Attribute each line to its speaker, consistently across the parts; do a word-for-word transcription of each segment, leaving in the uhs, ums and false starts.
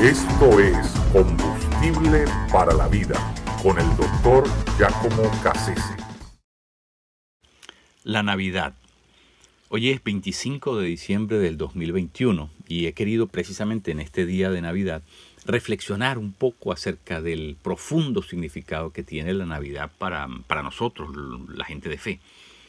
Speaker 1: Esto es Combustible para la Vida con el doctor Giacomo Cassese.
Speaker 2: La Navidad. Hoy es veinticinco de diciembre del dos mil veintiuno y he querido precisamente en este día de Navidad reflexionar un poco acerca del profundo significado que tiene la Navidad para, para nosotros, la gente de fe.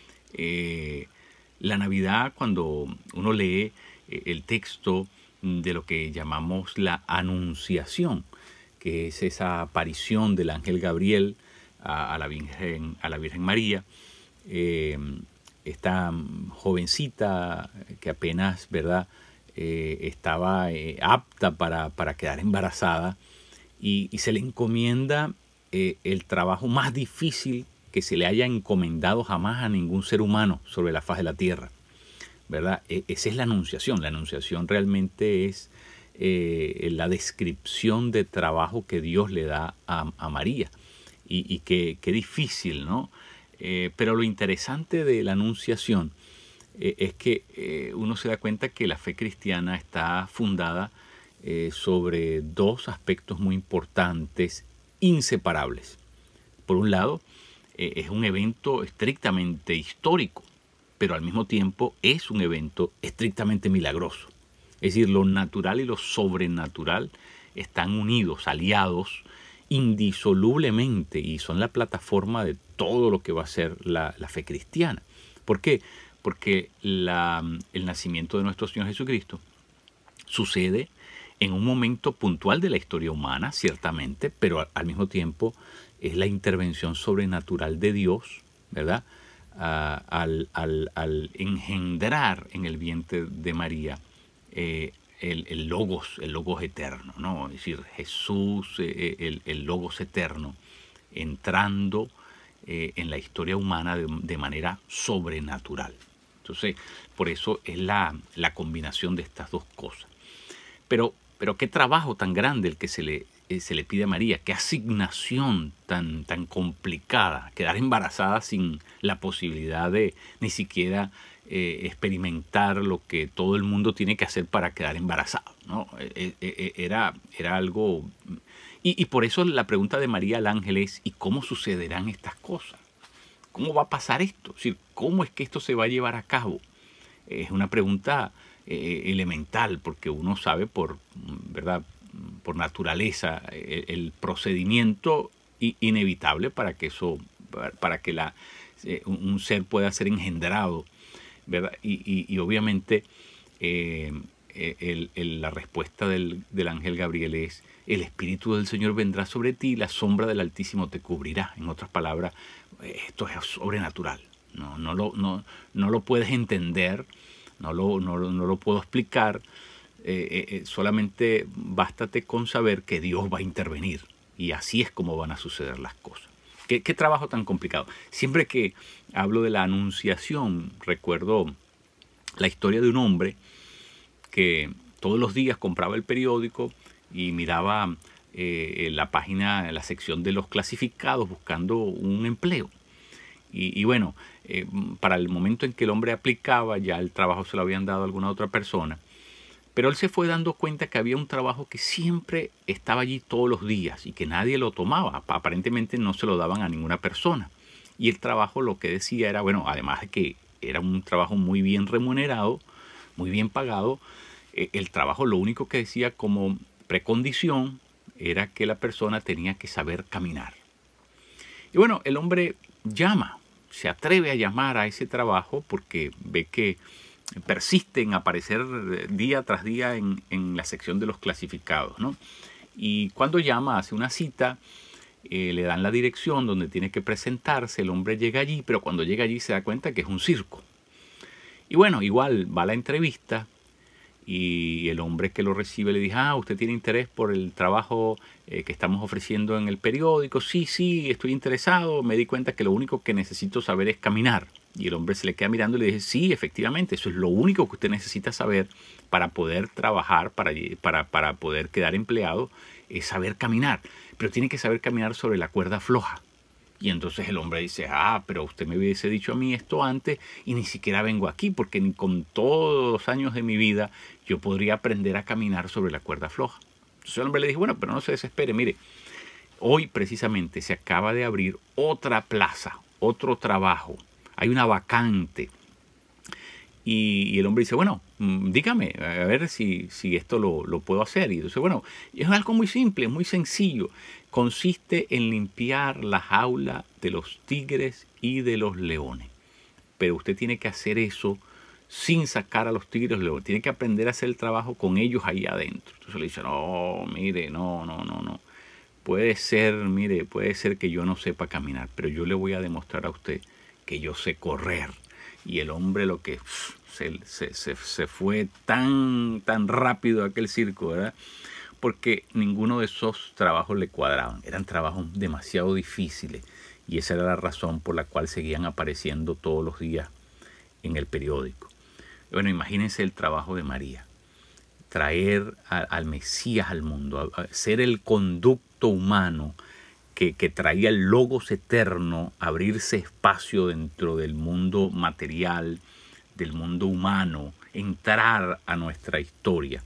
Speaker 2: Eh, la Navidad, cuando uno lee eh, el texto de lo que llamamos la Anunciación, que es esa aparición del ángel Gabriel a, a, la, Virgen, a la Virgen María, eh, esta jovencita que apenas, ¿verdad?, eh, estaba eh, apta para, para quedar embarazada y, y se le encomienda eh, el trabajo más difícil que se le haya encomendado jamás a ningún ser humano sobre la faz de la tierra, ¿verdad? E- esa es la anunciación. La anunciación realmente es eh, la descripción de trabajo que Dios le da a, a María. Y, y qué, qué difícil, ¿no? Eh, pero lo interesante de la anunciación eh, es que eh, uno se da cuenta que la fe cristiana está fundada eh, sobre dos aspectos muy importantes, inseparables. Por un lado, eh, es un evento estrictamente histórico, pero al mismo tiempo es un evento estrictamente milagroso. Es decir, lo natural y lo sobrenatural están unidos, aliados, indisolublemente, y son la plataforma de todo lo que va a ser la, la fe cristiana. ¿Por qué? Porque la, el nacimiento de nuestro Señor Jesucristo sucede en un momento puntual de la historia humana, ciertamente, pero al mismo tiempo es la intervención sobrenatural de Dios, ¿verdad? Uh, al, al, al engendrar en el vientre de María eh, el, el logos, el logos eterno, ¿no? Es decir, Jesús, eh, el, el logos eterno, entrando eh, en la historia humana de, de manera sobrenatural. Entonces, por eso es la, la combinación de estas dos cosas. Pero, pero qué trabajo tan grande el que se le, eh, se le pide a María, qué asignación tan, tan complicada, quedar embarazada sin la posibilidad de ni siquiera eh, experimentar lo que todo el mundo tiene que hacer para quedar embarazado, ¿no? Eh, eh, era, era algo... Y, y por eso la pregunta de María al ángel es, ¿y cómo sucederán estas cosas? ¿Cómo va a pasar esto? Es decir, ¿cómo es que esto se va a llevar a cabo? Es una pregunta eh, elemental, porque uno sabe por, ¿verdad?, por naturaleza el, el procedimiento inevitable para que eso, para que la, eh, un ser pueda ser engendrado, ¿verdad? Y, y, y obviamente eh, el, el, la respuesta del, del ángel Gabriel es: el Espíritu del Señor vendrá sobre ti y la sombra del Altísimo te cubrirá. En otras palabras, esto es sobrenatural. No, no, lo, no, no lo puedes entender, no lo, no, no lo puedo explicar. Eh, eh, solamente bástate con saber que Dios va a intervenir. Y así es como van a suceder las cosas. ¿Qué, qué trabajo tan complicado? Siempre que hablo de la anunciación, recuerdo la historia de un hombre que todos los días compraba el periódico y miraba eh, la página, la sección de los clasificados buscando un empleo. Y, y bueno, eh, para el momento en que el hombre aplicaba, ya el trabajo se lo habían dado a alguna otra persona. Pero él se fue dando cuenta que había un trabajo que siempre estaba allí todos los días y que nadie lo tomaba. Aparentemente no se lo daban a ninguna persona. Y el trabajo lo que decía era, bueno, además de que era un trabajo muy bien remunerado, muy bien pagado, eh, el trabajo lo único que decía como precondición era que la persona tenía que saber caminar. Y bueno, el hombre llama, se atreve a llamar a ese trabajo porque ve que persiste en aparecer día tras día en, en la sección de los clasificados, ¿no? Y cuando llama, hace una cita, eh, le dan la dirección donde tiene que presentarse, el hombre llega allí, pero cuando llega allí se da cuenta que es un circo. Y bueno, igual va a la entrevista y el hombre que lo recibe le dice: ah, ¿usted tiene interés por el trabajo eh, que estamos ofreciendo en el periódico? Sí, sí, estoy interesado, me di cuenta que lo único que necesito saber es caminar. Y el hombre se le queda mirando y le dice: sí, efectivamente, eso es lo único que usted necesita saber para poder trabajar, para, para, para poder quedar empleado, es saber caminar. Pero tiene que saber caminar sobre la cuerda floja. Y entonces el hombre dice: ah, pero usted me hubiese dicho a mí esto antes y ni siquiera vengo aquí, porque ni con todos los años de mi vida yo podría aprender a caminar sobre la cuerda floja. Entonces el hombre le dijo, bueno, pero no se desespere, mire, hoy precisamente se acaba de abrir otra plaza, otro trabajo, hay una vacante. Y, y el hombre dice, bueno, dígame, a ver si, si esto lo, lo puedo hacer. Y dice, bueno, es algo muy simple, muy sencillo. Consiste en limpiar la jaula de los tigres y de los leones. Pero usted tiene que hacer eso sin sacar a los tigres y los leones. Tiene que aprender a hacer el trabajo con ellos ahí adentro. Entonces le dice, no, mire, no, no, no, no. Puede ser, mire, puede ser que yo no sepa caminar, pero yo le voy a demostrar a usted que yo sé correr. Y el hombre lo que se, se, se, se fue tan, tan rápido a aquel circo, ¿verdad? Porque ninguno de esos trabajos le cuadraban. Eran trabajos demasiado difíciles. Y esa era la razón por la cual seguían apareciendo todos los días en el periódico. Bueno, imagínense el trabajo de María. Traer a, al Mesías al mundo, a, a ser el conducto humano que, que traía el Logos eterno, abrirse espacio dentro del mundo material, del mundo humano, entrar a nuestra historia.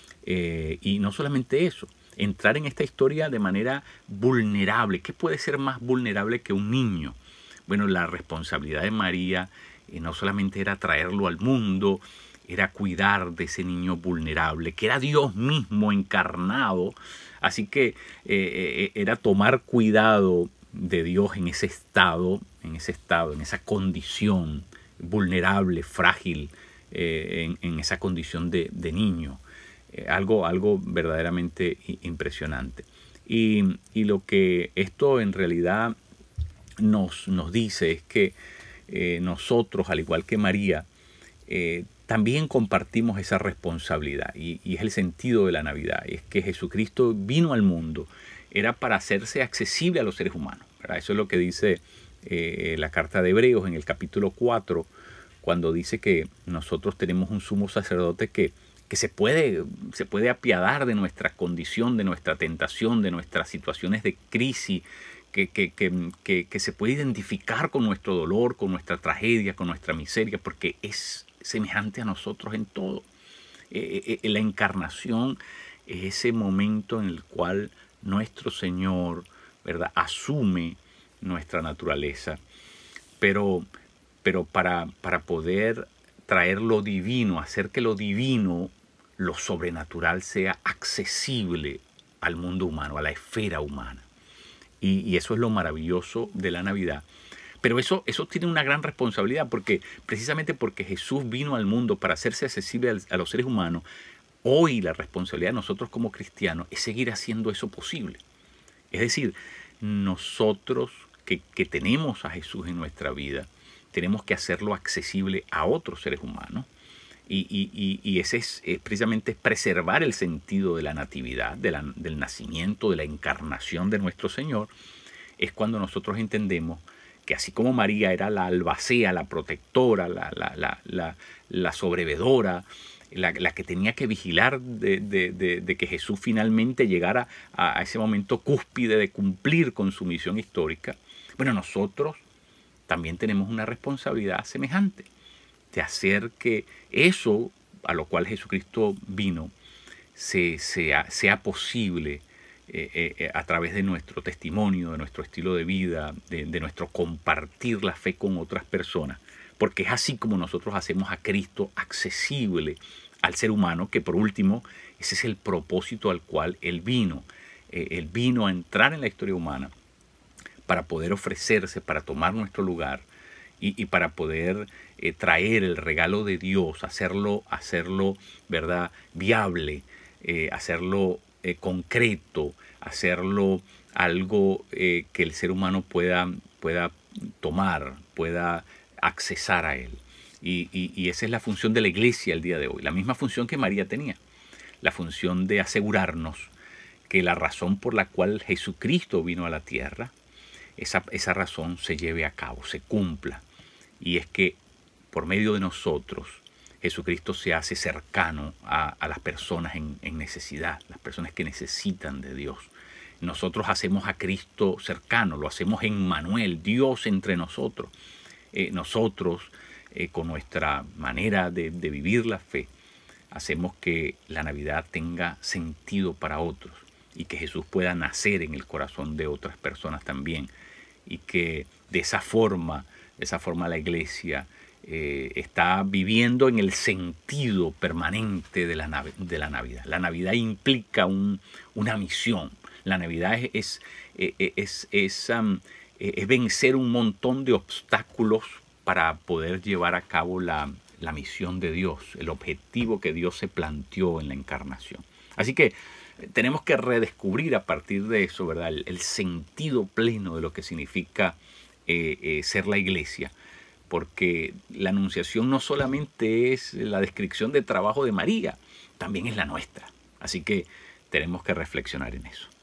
Speaker 2: Eh, y no solamente eso, entrar en esta historia de manera vulnerable. ¿Qué puede ser más vulnerable que un niño? Bueno, la responsabilidad de María eh, no solamente era traerlo al mundo, era cuidar de ese niño vulnerable, que era Dios mismo encarnado. Así que eh, eh, era tomar cuidado de Dios en ese estado, en ese estado, en esa condición vulnerable, frágil, eh, en, en esa condición de, de niño. Eh, algo, algo verdaderamente impresionante. Y, y lo que esto en realidad nos, nos dice es que eh, nosotros, al igual que María, eh, también compartimos esa responsabilidad y, y es el sentido de la Navidad. Es que Jesucristo vino al mundo, era para hacerse accesible a los seres humanos, ¿verdad? Eso es lo que dice eh, la carta de Hebreos en el capítulo cuatro, cuando dice que nosotros tenemos un sumo sacerdote que, que se, puede, se puede apiadar de nuestra condición, de nuestra tentación, de nuestras situaciones de crisis, que, que, que, que, que se puede identificar con nuestro dolor, con nuestra tragedia, con nuestra miseria, porque es semejante a nosotros en todo. Eh, eh, la encarnación es ese momento en el cual nuestro Señor, ¿verdad?, asume nuestra naturaleza, pero, pero para, para poder traer lo divino, hacer que lo divino, lo sobrenatural, sea accesible al mundo humano, a la esfera humana. Y, y eso es lo maravilloso de la Navidad. Pero eso, eso tiene una gran responsabilidad, porque precisamente porque Jesús vino al mundo para hacerse accesible a los seres humanos, hoy la responsabilidad de nosotros como cristianos es seguir haciendo eso posible. Es decir, nosotros que, que tenemos a Jesús en nuestra vida, tenemos que hacerlo accesible a otros seres humanos. Y, y, y, y ese es, es precisamente preservar el sentido de la natividad, de la, del nacimiento, de la encarnación de nuestro Señor. Es cuando nosotros entendemos que así como María era la albacea, la protectora, la, la, la, la, la sobrevedora, la, la que tenía que vigilar de, de, de, de que Jesús finalmente llegara a, a ese momento cúspide de cumplir con su misión histórica, bueno, nosotros también tenemos una responsabilidad semejante de hacer que eso a lo cual Jesucristo vino se, sea, sea posible Eh, eh, a través de nuestro testimonio, de nuestro estilo de vida, de, de nuestro compartir la fe con otras personas, porque es así como nosotros hacemos a Cristo accesible al ser humano, que por último, ese es el propósito al cual Él vino. Eh, él vino a entrar en la historia humana para poder ofrecerse, para tomar nuestro lugar y, y para poder eh, traer el regalo de Dios, hacerlo, hacerlo, ¿verdad?, viable, eh, hacerlo Eh, concreto, hacerlo algo eh, que el ser humano pueda, pueda tomar, pueda accesar a él. Y, y, y esa es la función de la iglesia el día de hoy, la misma función que María tenía, la función de asegurarnos que la razón por la cual Jesucristo vino a la tierra, esa, esa razón se lleve a cabo, se cumpla. Y es que por medio de nosotros, Jesucristo se hace cercano a, a las personas en, en necesidad, las personas que necesitan de Dios. Nosotros hacemos a Cristo cercano, lo hacemos en Manuel, Dios entre nosotros. Eh, nosotros, eh, con nuestra manera de, de vivir la fe, hacemos que la Navidad tenga sentido para otros y que Jesús pueda nacer en el corazón de otras personas también, y que de esa forma, de esa forma la iglesia eh, está viviendo en el sentido permanente de la, de la Navidad. La Navidad implica un, una misión. La Navidad es, es, es, es, um, es vencer un montón de obstáculos para poder llevar a cabo la, la misión de Dios, el objetivo que Dios se planteó en la encarnación. Así que tenemos que redescubrir a partir de eso, ¿verdad?, el, el sentido pleno de lo que significa eh, eh, ser la iglesia, porque la anunciación no solamente es la descripción de trabajo de María, también es la nuestra. Así que tenemos que reflexionar en eso.